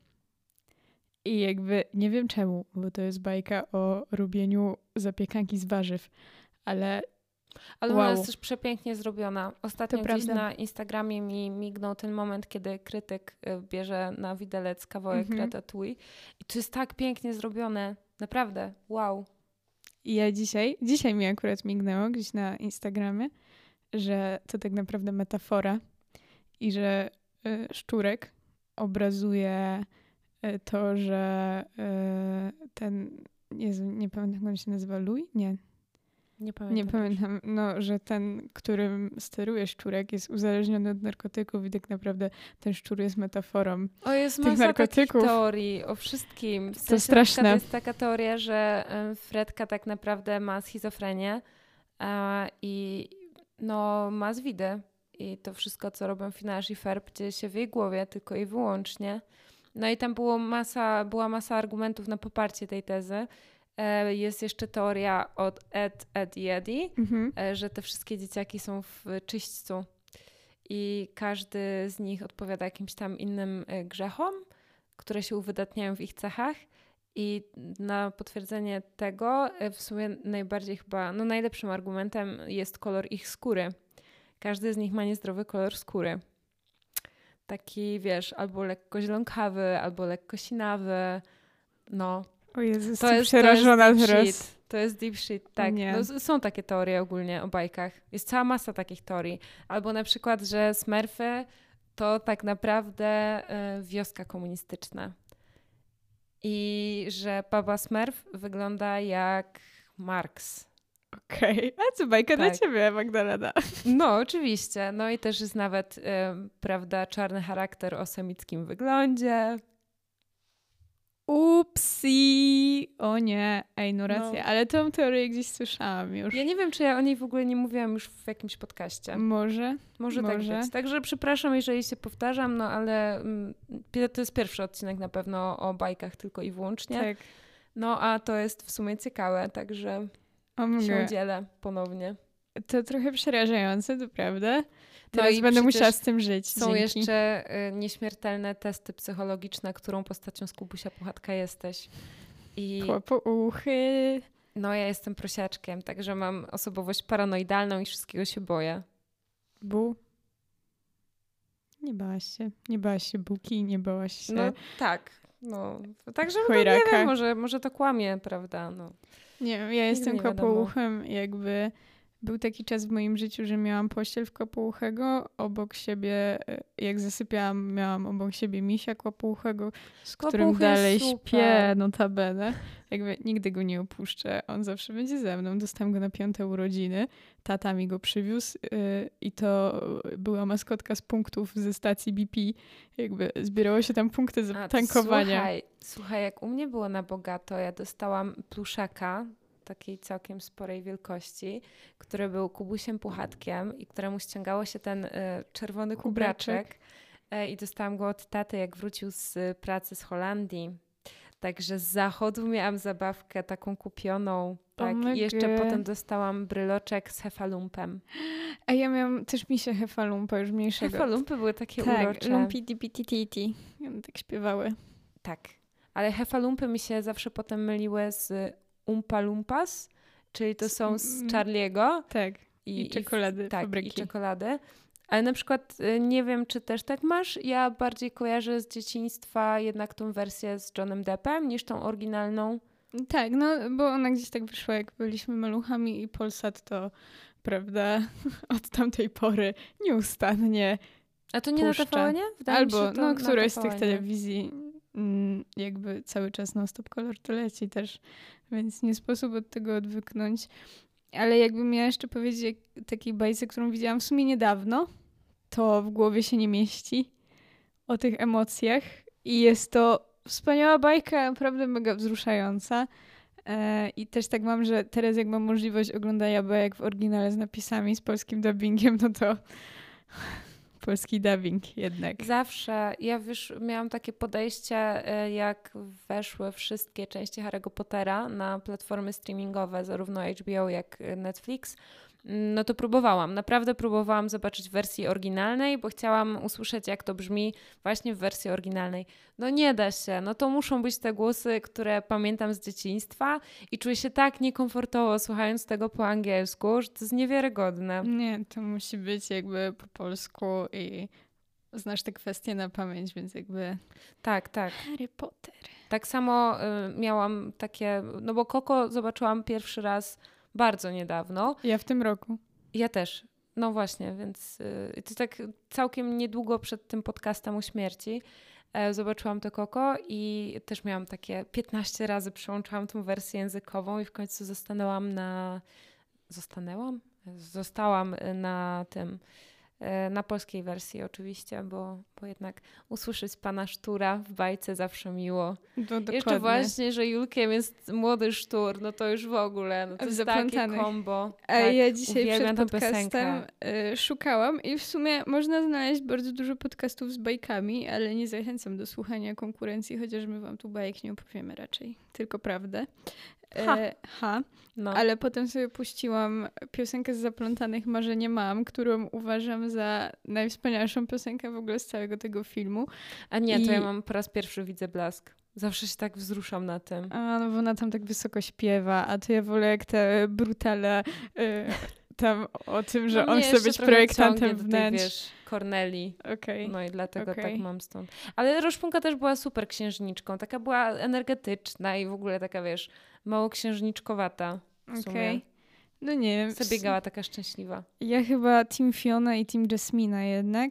I jakby nie wiem czemu, bo to jest bajka o robieniu zapiekanki z warzyw, ale Ale wow. ona jest też przepięknie zrobiona. Ostatnio To gdzieś prawda. na Instagramie mi mignął ten moment, kiedy krytyk bierze na widelec kawałek Mhm. Ratatouille. I to jest tak pięknie zrobione. Naprawdę. Wow. I ja dzisiaj, dzisiaj mi akurat mignęło gdzieś na Instagramie, że to tak naprawdę metafora i że y, szczurek obrazuje y, to, że y, ten, Jezu, nie pamiętam, jak on się nazywa, Louis? Nie. Nie pamiętam. Nie pamiętam, no, że ten, którym steruje szczurek, jest uzależniony od narkotyków i tak naprawdę ten szczur jest metaforą O, jest tych masa narkotyków. takich teorii o wszystkim. W sensie, To straszne. na przykład jest taka teoria, że em, Fredka tak naprawdę ma schizofrenię a, i no, ma zwidy. I to wszystko, co robią Finash i Ferb, dzieje się w jej głowie tylko i wyłącznie. No i tam było masa, była masa argumentów na poparcie tej tezy. E, Jest jeszcze teoria od Ed, Ed i Eddie, Mhm. e, że te wszystkie dzieciaki są w czyśćcu i każdy z nich odpowiada jakimś tam innym e, grzechom, które się uwydatniają w ich cechach. I na potwierdzenie tego e, w sumie najbardziej chyba, no najlepszym argumentem jest kolor ich skóry. Każdy z nich ma niezdrowy kolor skóry. Taki, wiesz, albo lekko zielonkawy, albo lekko sinawy. No. O Jezu, To jestem jest, przerażona to jest deep teraz. shit. To jest deep shit, tak. Nie. No, s- są takie teorie ogólnie o bajkach. Jest cała masa takich teorii. Albo na przykład, że Smurfy to tak naprawdę y, wioska komunistyczna. I że Baba Smurf wygląda jak Marx. Okej, okay. A co bajka tak. dla ciebie, Magdalena? No, oczywiście. No i też jest nawet, y, prawda, czarny charakter o semickim wyglądzie. Upsi! O nie, ej, no racja, No. ale tą teorię gdzieś słyszałam już. Ja nie wiem, czy ja o niej w ogóle nie mówiłam już w jakimś podcaście. Może. Może, Może. tak być. Także przepraszam, jeżeli się powtarzam, no ale mm, to jest pierwszy odcinek na pewno o bajkach tylko i wyłącznie. Tak. No a to jest w sumie ciekawe, także o się dzielę ponownie. To trochę przerażające, to prawda? No Teraz i będę musiała z tym żyć. Są Dzięki. jeszcze y, nieśmiertelne testy psychologiczne, którą postacią z Kubusia Puchatka jesteś. I Kłopouchy. no ja jestem prosiaczkiem, także mam osobowość paranoidalną i wszystkiego się boję. Bu? Nie bałaś się. Nie bałaś się buki, nie bałaś się... No tak. No, także no, chojraka. nie wiem, może, może to kłamie, prawda? No. Nie wiem, ja jestem nie wiadomo. kłopouchem, jakby był taki czas w moim życiu, że miałam pościel w kłopouchego, obok siebie, jak zasypiałam, miałam obok siebie misia kłopouchego, z którym Kłopouchy dalej super. śpię, notabene. Jakby nigdy go nie opuszczę, on zawsze będzie ze mną. Dostałam go na piąte urodziny, tata mi go przywiózł yy, i to była maskotka z punktów ze stacji B P. Jakby zbierało się tam punkty za A, tankowania. Słuchaj, słuchaj, jak u mnie było na bogato, ja dostałam pluszaka takiej całkiem sporej wielkości, który był Kubusiem Puchatkiem i któremu ściągało się ten y, czerwony kubraczek. kubraczek. Y, I dostałam go od taty, jak wrócił z pracy z Holandii. Także z zachodu miałam zabawkę taką kupioną. Tak. Oh I jeszcze God. potem dostałam bryloczek z hefalumpem. A ja miałam też misię hefalumpa już mniejszego. Hefalumpy były takie tak, urocze. Lumpy dipitititi. One tak śpiewały. Tak. Ale hefalumpy mi się zawsze potem myliły z Umpa Lumpas, czyli to są z Charlie'ego. Tak. I, I czekolady. I, tak, fabryki. i czekolady. Ale na przykład nie wiem, czy też tak masz. Ja bardziej kojarzę z dzieciństwa jednak tą wersję z Johnem Deppem niż tą oryginalną. Tak, no bo ona gdzieś tak wyszła, jak byliśmy maluchami i Polsat to, prawda, od tamtej pory nieustannie A to nie puszcza. na T V N-ie? Wydaje Albo, mi się, to no, na któreś z T V tych N-ie. telewizji mm, jakby cały czas non-stop kolor to leci też, więc nie sposób od tego odwyknąć. Ale jakbym miała jeszcze powiedzieć takiej bajce, którą widziałam w sumie niedawno, to w głowie się nie mieści o tych emocjach i jest to wspaniała bajka, naprawdę mega wzruszająca. E, I też tak mam, że teraz jak mam możliwość oglądania bajek w oryginale z napisami, z polskim dubbingiem, no to polski dubbing jednak. Zawsze. Ja wiesz, miałam takie podejście, jak weszły wszystkie części Harry'ego Pottera na platformy streamingowe, zarówno H B O jak Netflix. No to próbowałam, naprawdę próbowałam zobaczyć w wersji oryginalnej, bo chciałam usłyszeć, jak to brzmi właśnie w wersji oryginalnej. No nie da się, no to muszą być te głosy, które pamiętam z dzieciństwa i czuję się tak niekomfortowo słuchając tego po angielsku, że to jest niewiarygodne. Nie, to musi być jakby po polsku i znasz te kwestie na pamięć, więc jakby... Tak, tak. Harry Potter. Tak samo y, miałam takie, no bo Coco zobaczyłam pierwszy raz bardzo niedawno. Ja w tym roku. Ja też. No właśnie, więc yy, to tak całkiem niedługo przed tym podcastem o śmierci e, zobaczyłam to Coco i też miałam takie piętnaście razy przełączałam tą wersję językową i w końcu zostanęłam na... Zostanęłam? Zostałam na tym... Na polskiej wersji oczywiście, bo, bo jednak usłyszeć pana Sztura w bajce zawsze miło. No, jeszcze właśnie, że Julkiem jest młody Sztur, no to już w ogóle, no to jest takie kombo. A tak, ja dzisiaj przed podcastem piosenkę. y, szukałam i w sumie można znaleźć bardzo dużo podcastów z bajkami, ale nie zachęcam do słuchania konkurencji, chociaż my wam tu bajek nie opowiemy raczej, tylko prawdę. Ha. E, ha. No. Ale potem sobie puściłam piosenkę z Zaplątanych Marzenie Mam, którą uważam za najwspanialszą piosenkę w ogóle z całego tego filmu. A nie, I... to ja mam po raz pierwszy widzę blask. Zawsze się tak wzruszam na tym. A, no bo ona tam tak wysoko śpiewa, a to ja wolę jak te brutale y, tam o tym, że no on chce być projektantem wnętrz. Tej, wiesz, Corneli. Okay. No i dlatego okay. tak mam stąd. Ale Roszpunka też była super księżniczką. Taka była energetyczna i w ogóle taka, wiesz, mało księżniczkowata. Okej. Okay. No nie wiem. Zabiegała taka szczęśliwa. Ja chyba Team Fiona i Team Jasmina jednak.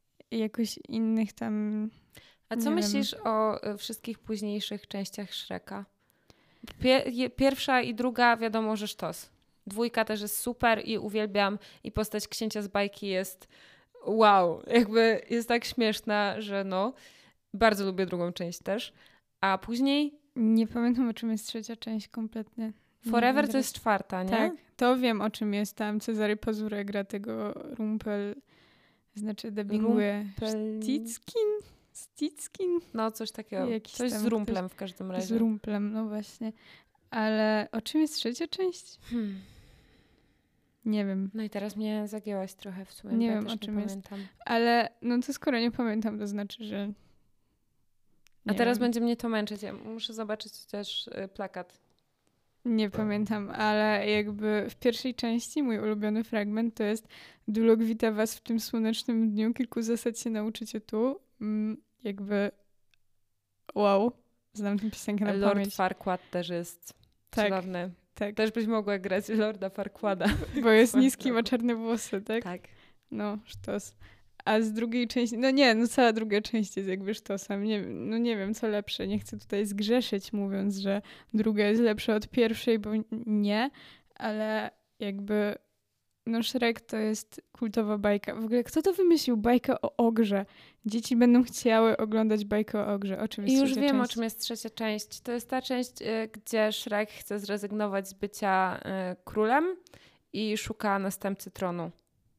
I jakoś innych tam... A co myślisz wiem. o y, wszystkich późniejszych częściach Shreka? Pie- pierwsza i druga wiadomo, że sztos. Dwójka też jest super i uwielbiam i postać księcia z bajki jest wow, jakby jest tak śmieszna, że no, bardzo lubię drugą część też. A później... Nie pamiętam, o czym jest trzecia część kompletnie. Forever to jest czwarta, nie? Tak, to wiem, o czym jest. Tam Cezary Pazurek gra tego Rumpel, znaczy dubbinguje Rumpel... Stickin? Stickin? No, coś takiego. Jakiś coś tam z rumplem ktoś... w każdym razie. Z rumplem, no właśnie. Ale o czym jest trzecia część? Hmm. Nie wiem. No i teraz mnie zagięłaś trochę w sumie. Nie ja wiem, też o czym nie jest. pamiętam. Ale no to skoro nie pamiętam, to znaczy, że... Nie A teraz wiem. będzie mnie to męczyć. Ja muszę zobaczyć też y, plakat. Nie pamiętam, ale jakby w pierwszej części mój ulubiony fragment to jest Dulok wita was w tym słonecznym dniu, kilku zasad się nauczycie tu. Mm, jakby wow, znam tę piosenkę na Lord pamięć. Farquaad też jest Tak, cudowny. tak. Też byś mogła grać Lorda Farquaada. Bo jest Swoją niski, ma drogą. czarne włosy, tak? Tak. No, sztos. A z drugiej części, no nie, no cała druga część jest jakby sztosem. Nie, no nie wiem, co lepsze. Nie chcę tutaj zgrzeszyć, mówiąc, że druga jest lepsza od pierwszej, bo nie, ale jakby no Shrek to jest kultowa bajka. W ogóle kto to wymyślił bajkę o ogrze? Dzieci będą chciały oglądać bajkę o ogrze. O czym jest I już trzecia wiem, część? o czym jest trzecia część. To jest ta część, y, gdzie Shrek chce zrezygnować z bycia y, królem i szuka następcy tronu.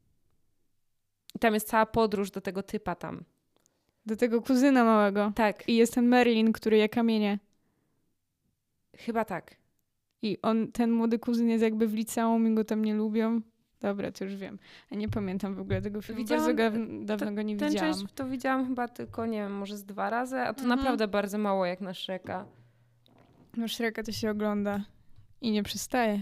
I tam jest cała podróż do tego typa tam. Do tego kuzyna małego. Tak, I jest ten Merlin, który je kamienie. chyba tak. I on, ten młody kuzyn jest jakby w liceum i go tam nie lubią. Dobra, to już wiem. A nie pamiętam w ogóle tego filmu. Widziałam- Bardzo gaw- dawno go nie Tę widziałam. część to widziałam chyba tylko, nie wiem, może z dwa razy, a to Mhm. naprawdę bardzo mało jak na Shreka. No Shreka to się ogląda i nie przestaje.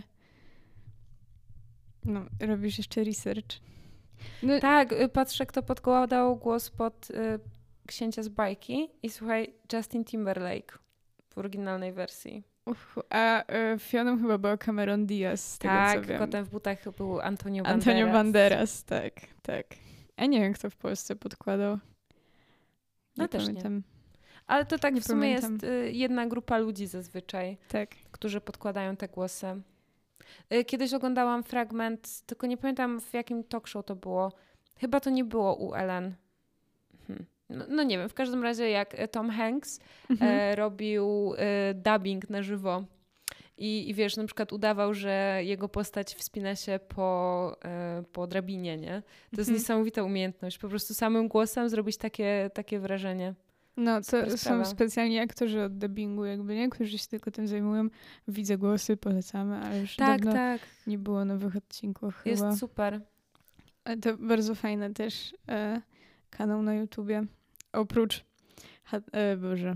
No, robisz jeszcze research. No, Tak, y, patrzę, kto podkładał głos pod y, księcia z bajki i słuchaj, Justin Timberlake w oryginalnej wersji. uch, a y, Fioną chyba była Cameron Diaz, z tego Tak, co wiem. kotem w butach był Antonio Banderas. Antonio Banderas, tak, tak. A nie wiem, kto w Polsce podkładał. Nie No też nie. pamiętam. Ale to tak Nie w sumie pamiętam. jest y, jedna grupa ludzi zazwyczaj, Tak. którzy podkładają te głosy. Y, Kiedyś oglądałam fragment, tylko nie pamiętam w jakim talk show to było. Chyba to nie było u Ellen. Hmm. No, no nie wiem, w każdym razie jak e, Tom Hanks Mhm. e, robił e, dubbing na żywo i, i wiesz, na przykład udawał, że jego postać wspina się po, e, po drabinie, nie? To jest Mhm. niesamowita umiejętność. Po prostu samym głosem zrobić takie, takie wrażenie. No, Super to są sprawa. specjalni aktorzy od dubbingu, jakby nie, którzy się tylko tym zajmują. Widzę głosy, polecamy, ale już Tak, dawno tak. nie było nowych odcinków chyba. Jest super. Ale to bardzo fajny też e, kanał na YouTubie. Oprócz, ha, e, Boże,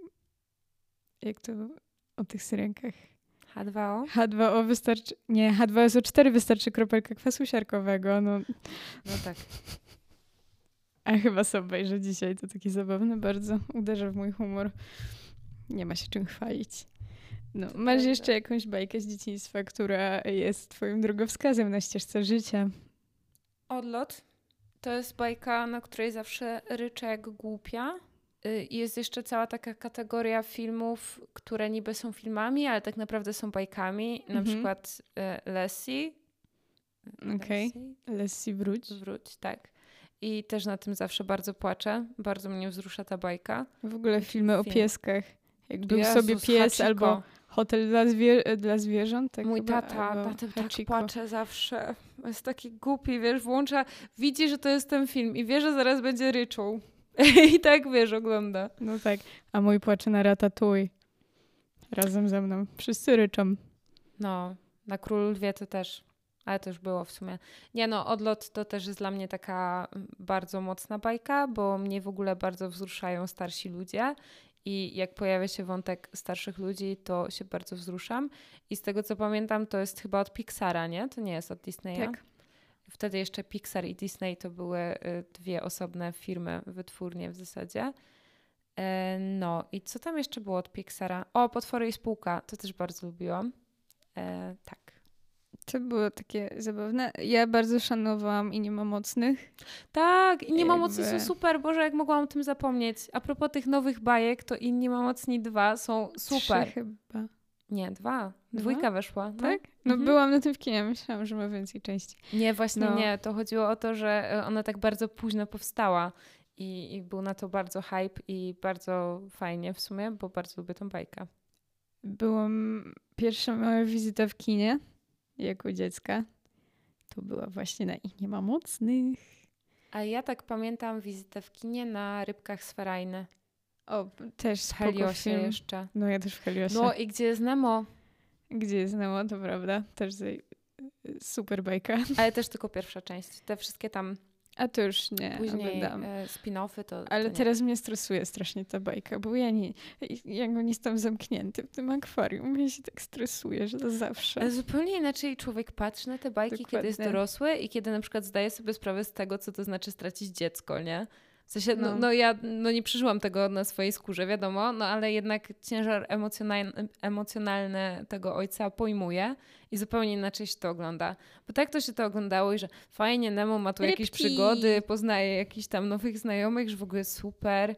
jak to o tych syrenkach? H dwa O? H dwa O wystarczy, nie, H dwa S O cztery wystarczy kropelka kwasu siarkowego, no. No tak. A chyba sobie obejrzę dzisiaj, to takie zabawne bardzo. Uderza w mój humor. Nie ma się czym chwalić. No, To masz prawda. jeszcze jakąś bajkę z dzieciństwa, która jest twoim drogowskazem na ścieżce życia? Odlot to jest bajka, na której zawsze ryczę jak głupia. Y, I jest jeszcze cała taka kategoria filmów, które niby są filmami, ale tak naprawdę są bajkami. Na Mhm. przykład y, Lassie. Okej. Lassie? Lessie, wróć. Wróć, tak. I też na tym zawsze bardzo płaczę. Bardzo mnie wzrusza ta bajka. W ogóle filmy o Film. pieskach. Jak był Jezus, sobie pies Hachiko. albo hotel dla, zwier- dla zwierząt. Tak Mój chyba, tata albo na tym tak Hachiko. płacze zawsze. Jest taki głupi, wiesz, włącza, widzi, że to jest ten film i wie, że zaraz będzie ryczał. I tak, wiesz, ogląda. No tak. A mój płacze na Ratatouille. Razem ze mną. Wszyscy ryczą. No, na Królu Lwie to też, ale to już było w sumie. Nie no, Odlot to też jest dla mnie taka bardzo mocna bajka, bo mnie w ogóle bardzo wzruszają starsi ludzie i jak pojawia się wątek starszych ludzi, to się bardzo wzruszam. I z tego co pamiętam, to jest chyba od Pixara, nie? To nie jest od Disneya. Tak. Wtedy jeszcze Pixar i Disney to były y, dwie osobne firmy, wytwórnie w zasadzie. E, no i co tam jeszcze było od Pixara? O, Potwory i spółka, to też bardzo lubiłam. E, tak. To było takie zabawne. Ja bardzo szanowałam I nie ma mocnych. Tak, i nie ma Jakby- mocni są super, Boże, jak mogłam o tym zapomnieć. A propos tych nowych bajek, to Inni ma mocni dwa są super. Trzy chyba. Nie, dwa. Dwójka weszła. No. Tak? No mhm. byłam na tym w kinie, myślałam, że ma więcej części. Nie, właśnie no. nie. To chodziło o to, że ona tak bardzo późno powstała i, i był na to bardzo hype i bardzo fajnie w sumie, bo bardzo lubię tą bajkę. Byłam pierwsza moja wizyta w kinie jako dziecka. To była właśnie na Ich nie ma mocnych. A ja tak pamiętam wizytę w kinie na Rybkach z Ferajny. O, też w spoko Heliosie film. jeszcze. No ja też w Heliosie. No i gdzie jest Nemo? Gdzie jest Nemo, to prawda. Też super bajka. Ale też tylko pierwsza część. Te wszystkie tam A to już nie później oglądam. e, spin-offy to Ale to nie. teraz mnie stresuje strasznie ta bajka, bo ja nie, jak on jest tam zamknięty w tym akwarium, mnie się tak stresuje, że to zawsze. Ale zupełnie inaczej człowiek patrzy na te bajki, Dokładnie. kiedy jest dorosły i kiedy na przykład zdaje sobie sprawę z tego, co to znaczy stracić dziecko, nie? W sensie, no, No. no ja no nie przeżyłam tego na swojej skórze, wiadomo, no ale jednak ciężar emocjonalny, emocjonalny tego ojca pojmuje i zupełnie inaczej się to ogląda. Bo tak to się to oglądało i że fajnie, Nemo ma tu Rybki. jakieś przygody, poznaje jakichś tam nowych znajomych, że w ogóle super.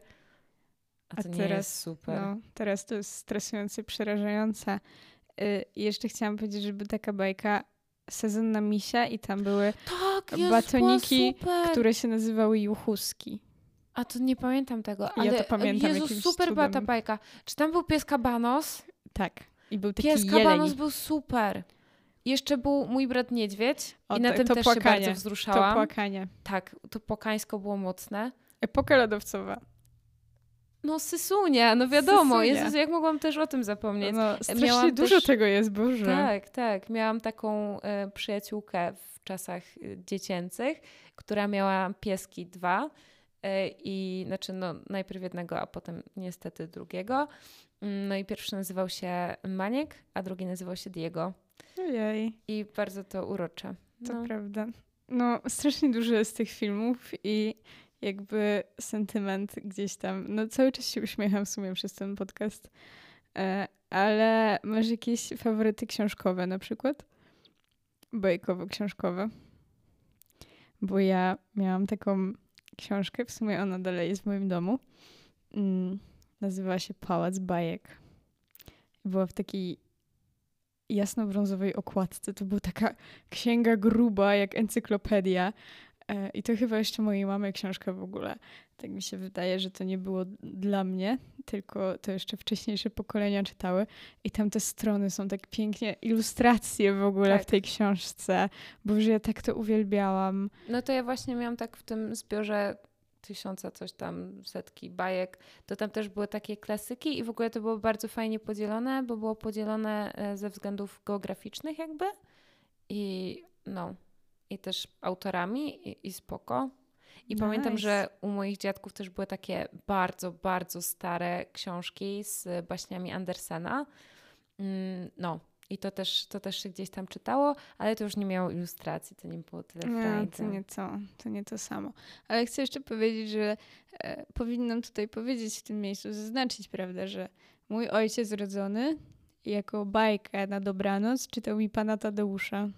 A to A nie teraz, jest super. No, teraz to jest stresujące, przerażające. Yy, jeszcze chciałam powiedzieć, żeby taka bajka Sezon na misia i tam były Tak, Jezus, batoniki, super. które się nazywały juchuski. A to nie pamiętam tego, ale Ja to pamiętam Jezus, jakimś super była ta cudem. bajka. Czy tam był pies Kabanos? Tak. I był taki Pies jeleń. Kabanos był super. Jeszcze był mój brat niedźwiedź O, i na to- tym to też się płakanie. bardzo To wzruszałam. płakanie. Tak, to płakańsko było mocne. Epoka lodowcowa. No Sysunia, no wiadomo. Sysunia. Jezus, jak mogłam też o tym zapomnieć. No, strasznie Miałam dużo też- tego jest, Boże. Tak, tak. Miałam taką e, przyjaciółkę w czasach e, dziecięcych, która miała pieski dwa. E, I znaczy, no, najpierw jednego, a potem niestety drugiego. Mm, No i pierwszy nazywał się Maniek, a drugi nazywał się Diego. Ojej, I bardzo to urocze. to No. prawda. No, strasznie dużo jest tych filmów i jakby sentyment gdzieś tam. No, cały czas się uśmiecham w sumie przez ten podcast. E, ale masz jakieś faworyty książkowe na przykład? Bajkowo-książkowe? Bo ja miałam taką książkę, w sumie ona dalej jest w moim domu. Mm, nazywa się Pałac bajek. Była w takiej jasno-brązowej okładce. To była taka księga gruba, jak encyklopedia. E, I to chyba jeszcze mojej mamy książka w ogóle. Tak mi się wydaje, że to nie było dla mnie, tylko to jeszcze wcześniejsze pokolenia czytały. I tam te strony są tak pięknie, ilustracje w ogóle Tak. w tej książce. Boże, ja tak to uwielbiałam. No to ja właśnie miałam tak w tym zbiorze tysiąca coś tam, setki bajek, to tam też były takie klasyki i w ogóle to było bardzo fajnie podzielone, bo było podzielone e, ze względów geograficznych jakby i no, i też autorami i, i spoko. I Nice. pamiętam, że u moich dziadków też były takie bardzo, bardzo stare książki z baśniami Andersena. Mm, No, i to też, to też się gdzieś tam czytało, ale to już nie miało ilustracji, to nie było tyle Nie, frajdy. to nie to, to nie to samo. Ale chcę jeszcze powiedzieć, że e, powinnam tutaj powiedzieć w tym miejscu, zaznaczyć, prawda, że mój ojciec rodzony jako bajkę na dobranoc czytał mi Pana Tadeusza.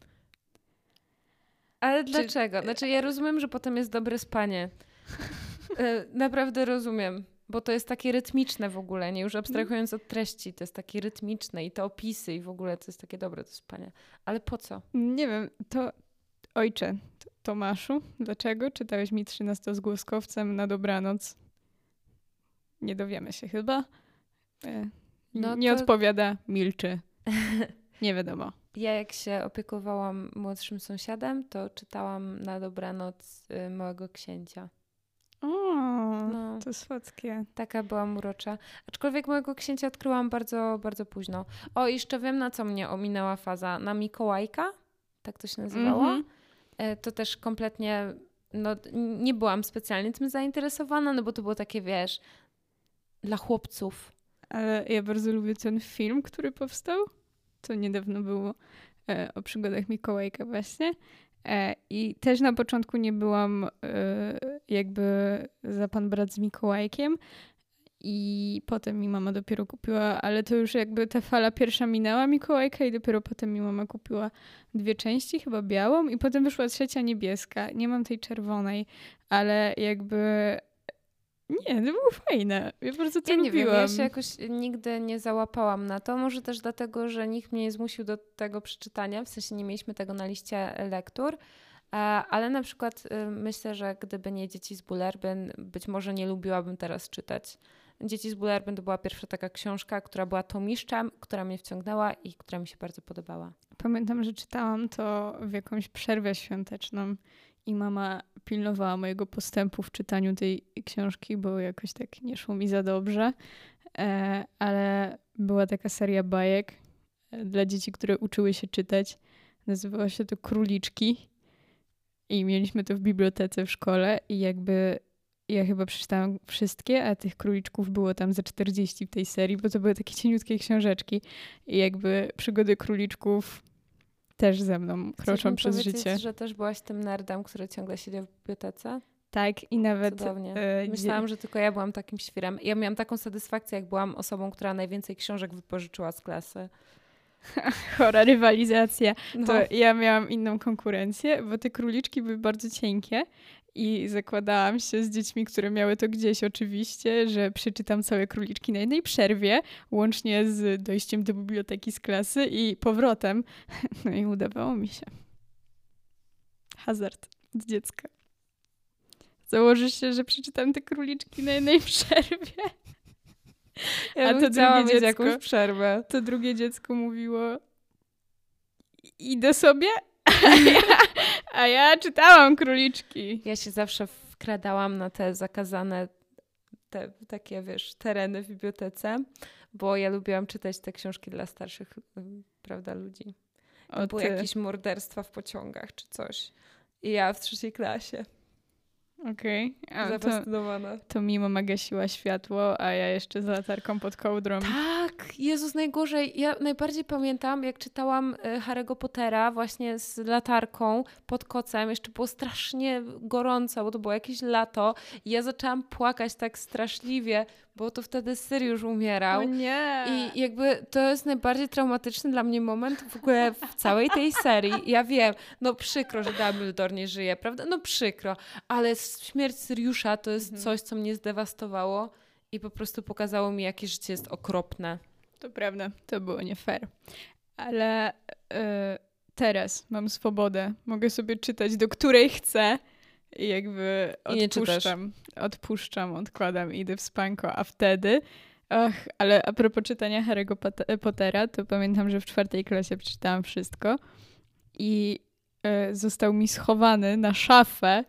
Ale dlaczego? Znaczy ja rozumiem, że potem jest dobre spanie. E, Naprawdę rozumiem, bo to jest takie rytmiczne w ogóle, nie już abstrahując od treści, to jest takie rytmiczne i te opisy i w ogóle to jest takie dobre do spania. Ale po co? Nie wiem, to ojcze T- Tomaszu, dlaczego czytałeś mi trzynastozgłoskowcem na dobranoc? Nie dowiemy się chyba. E, No nie to- odpowiada, milczy. Nie wiadomo. Ja jak się opiekowałam młodszym sąsiadem, to czytałam na dobranoc y, Małego Księcia. O, No. to słodkie. Taka byłam urocza. Aczkolwiek Małego Księcia odkryłam bardzo, bardzo późno. O, jeszcze wiem, na co mnie ominęła faza. Na Mikołajka, tak to się nazywało. Mhm. E, To też kompletnie, no nie byłam specjalnie tym zainteresowana, no bo to było takie, wiesz, dla chłopców. Ale ja bardzo lubię ten film, który powstał. To niedawno było e, o przygodach Mikołajka właśnie. E, I też na początku nie byłam e, jakby za pan brat z Mikołajkiem. I potem mi mama dopiero kupiła, ale to już jakby ta fala pierwsza minęła Mikołajka i dopiero potem mi mama kupiła dwie części, chyba białą i potem wyszła trzecia niebieska. Nie mam tej czerwonej, ale jakby Nie, to było fajne. Ja bardzo to ja lubiłam. nie wiem, ja się jakoś nigdy nie załapałam na to. Może też dlatego, że nikt mnie nie zmusił do tego przeczytania. W sensie nie mieliśmy tego na liście lektur. Ale na przykład myślę, że gdyby nie Dzieci z Bullerbyn, być może nie lubiłabym teraz czytać. Dzieci z Bullerbyn to była pierwsza taka książka, która była tomiszczem, która mnie wciągnęła i która mi się bardzo podobała. Pamiętam, że czytałam to w jakąś przerwę świąteczną i mama pilnowała mojego postępu w czytaniu tej książki, bo jakoś tak nie szło mi za dobrze. E, ale była taka seria bajek dla dzieci, które uczyły się czytać. Nazywała się to Króliczki. I mieliśmy to w bibliotece w szkole i jakby ja chyba przeczytałam wszystkie, a tych króliczków było tam ze czterdzieści w tej serii, bo to były takie cieniutkie książeczki. I jakby przygody króliczków też ze mną kroczą Chcesz przez mi życie. powiedzieć, że też byłaś tym nerdem, który ciągle siedział w bibliotece? Tak, i nawet... Cudownie. E, Myślałam, że tylko ja byłam takim świrem. Ja miałam taką satysfakcję, jak byłam osobą, która najwięcej książek wypożyczyła z klasy. Chora rywalizacja. No. To ja miałam inną konkurencję, bo te króliczki były bardzo cienkie i zakładałam się z dziećmi, które miały to gdzieś oczywiście, że przeczytam całe króliczki na jednej przerwie, łącznie z dojściem do biblioteki z klasy i powrotem. No i udawało mi się. Hazard od dziecka. Założysz się, że przeczytam te króliczki na jednej przerwie. Ja A bym to chciała drugie mieć dziecko, jakąś przerwę. To drugie dziecko mówiło: idę sobie, a ja, a ja czytałam króliczki. Ja się zawsze wkradałam na te zakazane te takie, wiesz, tereny w bibliotece, bo ja lubiłam czytać te książki dla starszych, prawda, ludzi. To były jakieś morderstwa w pociągach czy coś. I ja w trzeciej klasie. Okej. Okay. Zafascynowana. To, to mi mama gasiła światło, a ja jeszcze z latarką pod kołdrą. Tak, Jezus, najgorzej. Ja najbardziej pamiętam, jak czytałam Harry'ego Pottera właśnie z latarką pod kocem. Jeszcze było strasznie gorąco, bo to było jakieś lato. I ja zaczęłam płakać tak straszliwie, bo to wtedy Sirius umierał. O nie! I jakby to jest najbardziej traumatyczny dla mnie moment w ogóle w całej tej serii. Ja wiem, no przykro, że Dumbledore nie żyje, prawda? No przykro, ale śmierć Siriusza to jest mhm. coś, co mnie zdewastowało i po prostu pokazało mi, jakie życie jest okropne. To prawda, to było nie fair. Ale yy, teraz mam swobodę. Mogę sobie czytać, do której chcę. I jakby odpuszczam, odpuszczam, odkładam, idę w spanko, a wtedy, ach, ale a propos czytania Harry'ego Pottera, to pamiętam, że w czwartej klasie przeczytałam wszystko i e, został mi schowany na szafę e,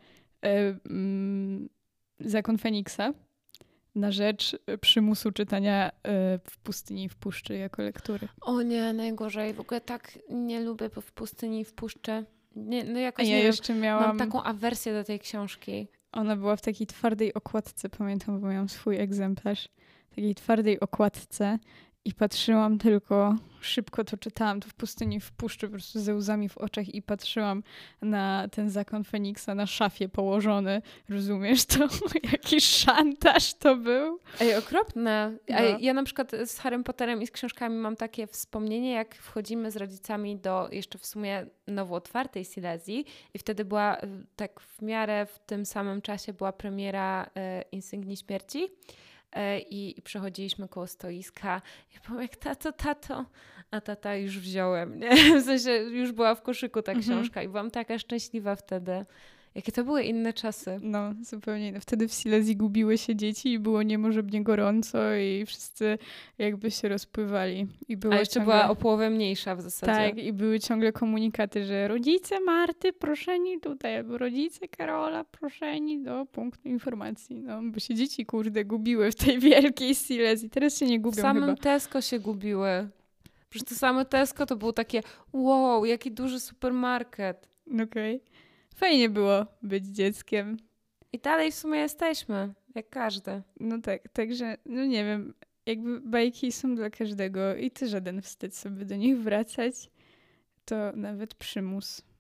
mm, Zakon Feniksa na rzecz przymusu czytania e, w pustyni i w puszczy jako lektury. O nie, najgorzej. W ogóle tak nie lubię w pustyni i w puszczy. Nie, no jakoś ja nie jeszcze wiem, miałam... mam taką awersję do tej książki. Ona była w takiej twardej okładce, pamiętam, bo miałam swój egzemplarz, takiej twardej okładce i patrzyłam tylko, szybko to czytałam, to w pustyni, w puszczy, po prostu ze łzami w oczach i patrzyłam na ten Zakon Feniksa na szafie położony. Rozumiesz to? Jaki szantaż to był? Ej, okropne. No. Ej, ja na przykład z Harrym Potterem i z książkami mam takie wspomnienie, jak wchodzimy z rodzicami do jeszcze w sumie nowo otwartej Silesii i wtedy była tak w miarę w tym samym czasie była premiera e, Insygnii Śmierci. I, i przechodziliśmy koło stoiska. Ja powiem, jak tato, tato, a tata już wziąłem, nie? W sensie już była w koszyku ta książka i byłam taka szczęśliwa wtedy. Jakie to były inne czasy. No, zupełnie. No, wtedy w Silesii gubiły się dzieci i było niemożebnie gorąco i wszyscy jakby się rozpływali. I było A jeszcze ciągle... była o połowę mniejsza w zasadzie. Tak, i były ciągle komunikaty, że rodzice Marty proszeni tutaj, albo rodzice Karola proszeni do punktu informacji. No, bo się dzieci, kurde, gubiły w tej wielkiej Silesii. Teraz się nie gubią w samym chyba. Tesco się gubiły. Przecież to same Tesco to było takie wow, jaki duży supermarket. Okej. Okay. Fajnie było być dzieckiem. I dalej w sumie jesteśmy, jak każdy. No tak, także, no nie wiem, jakby bajki są dla każdego i to żaden wstyd sobie do nich wracać. To nawet przymus.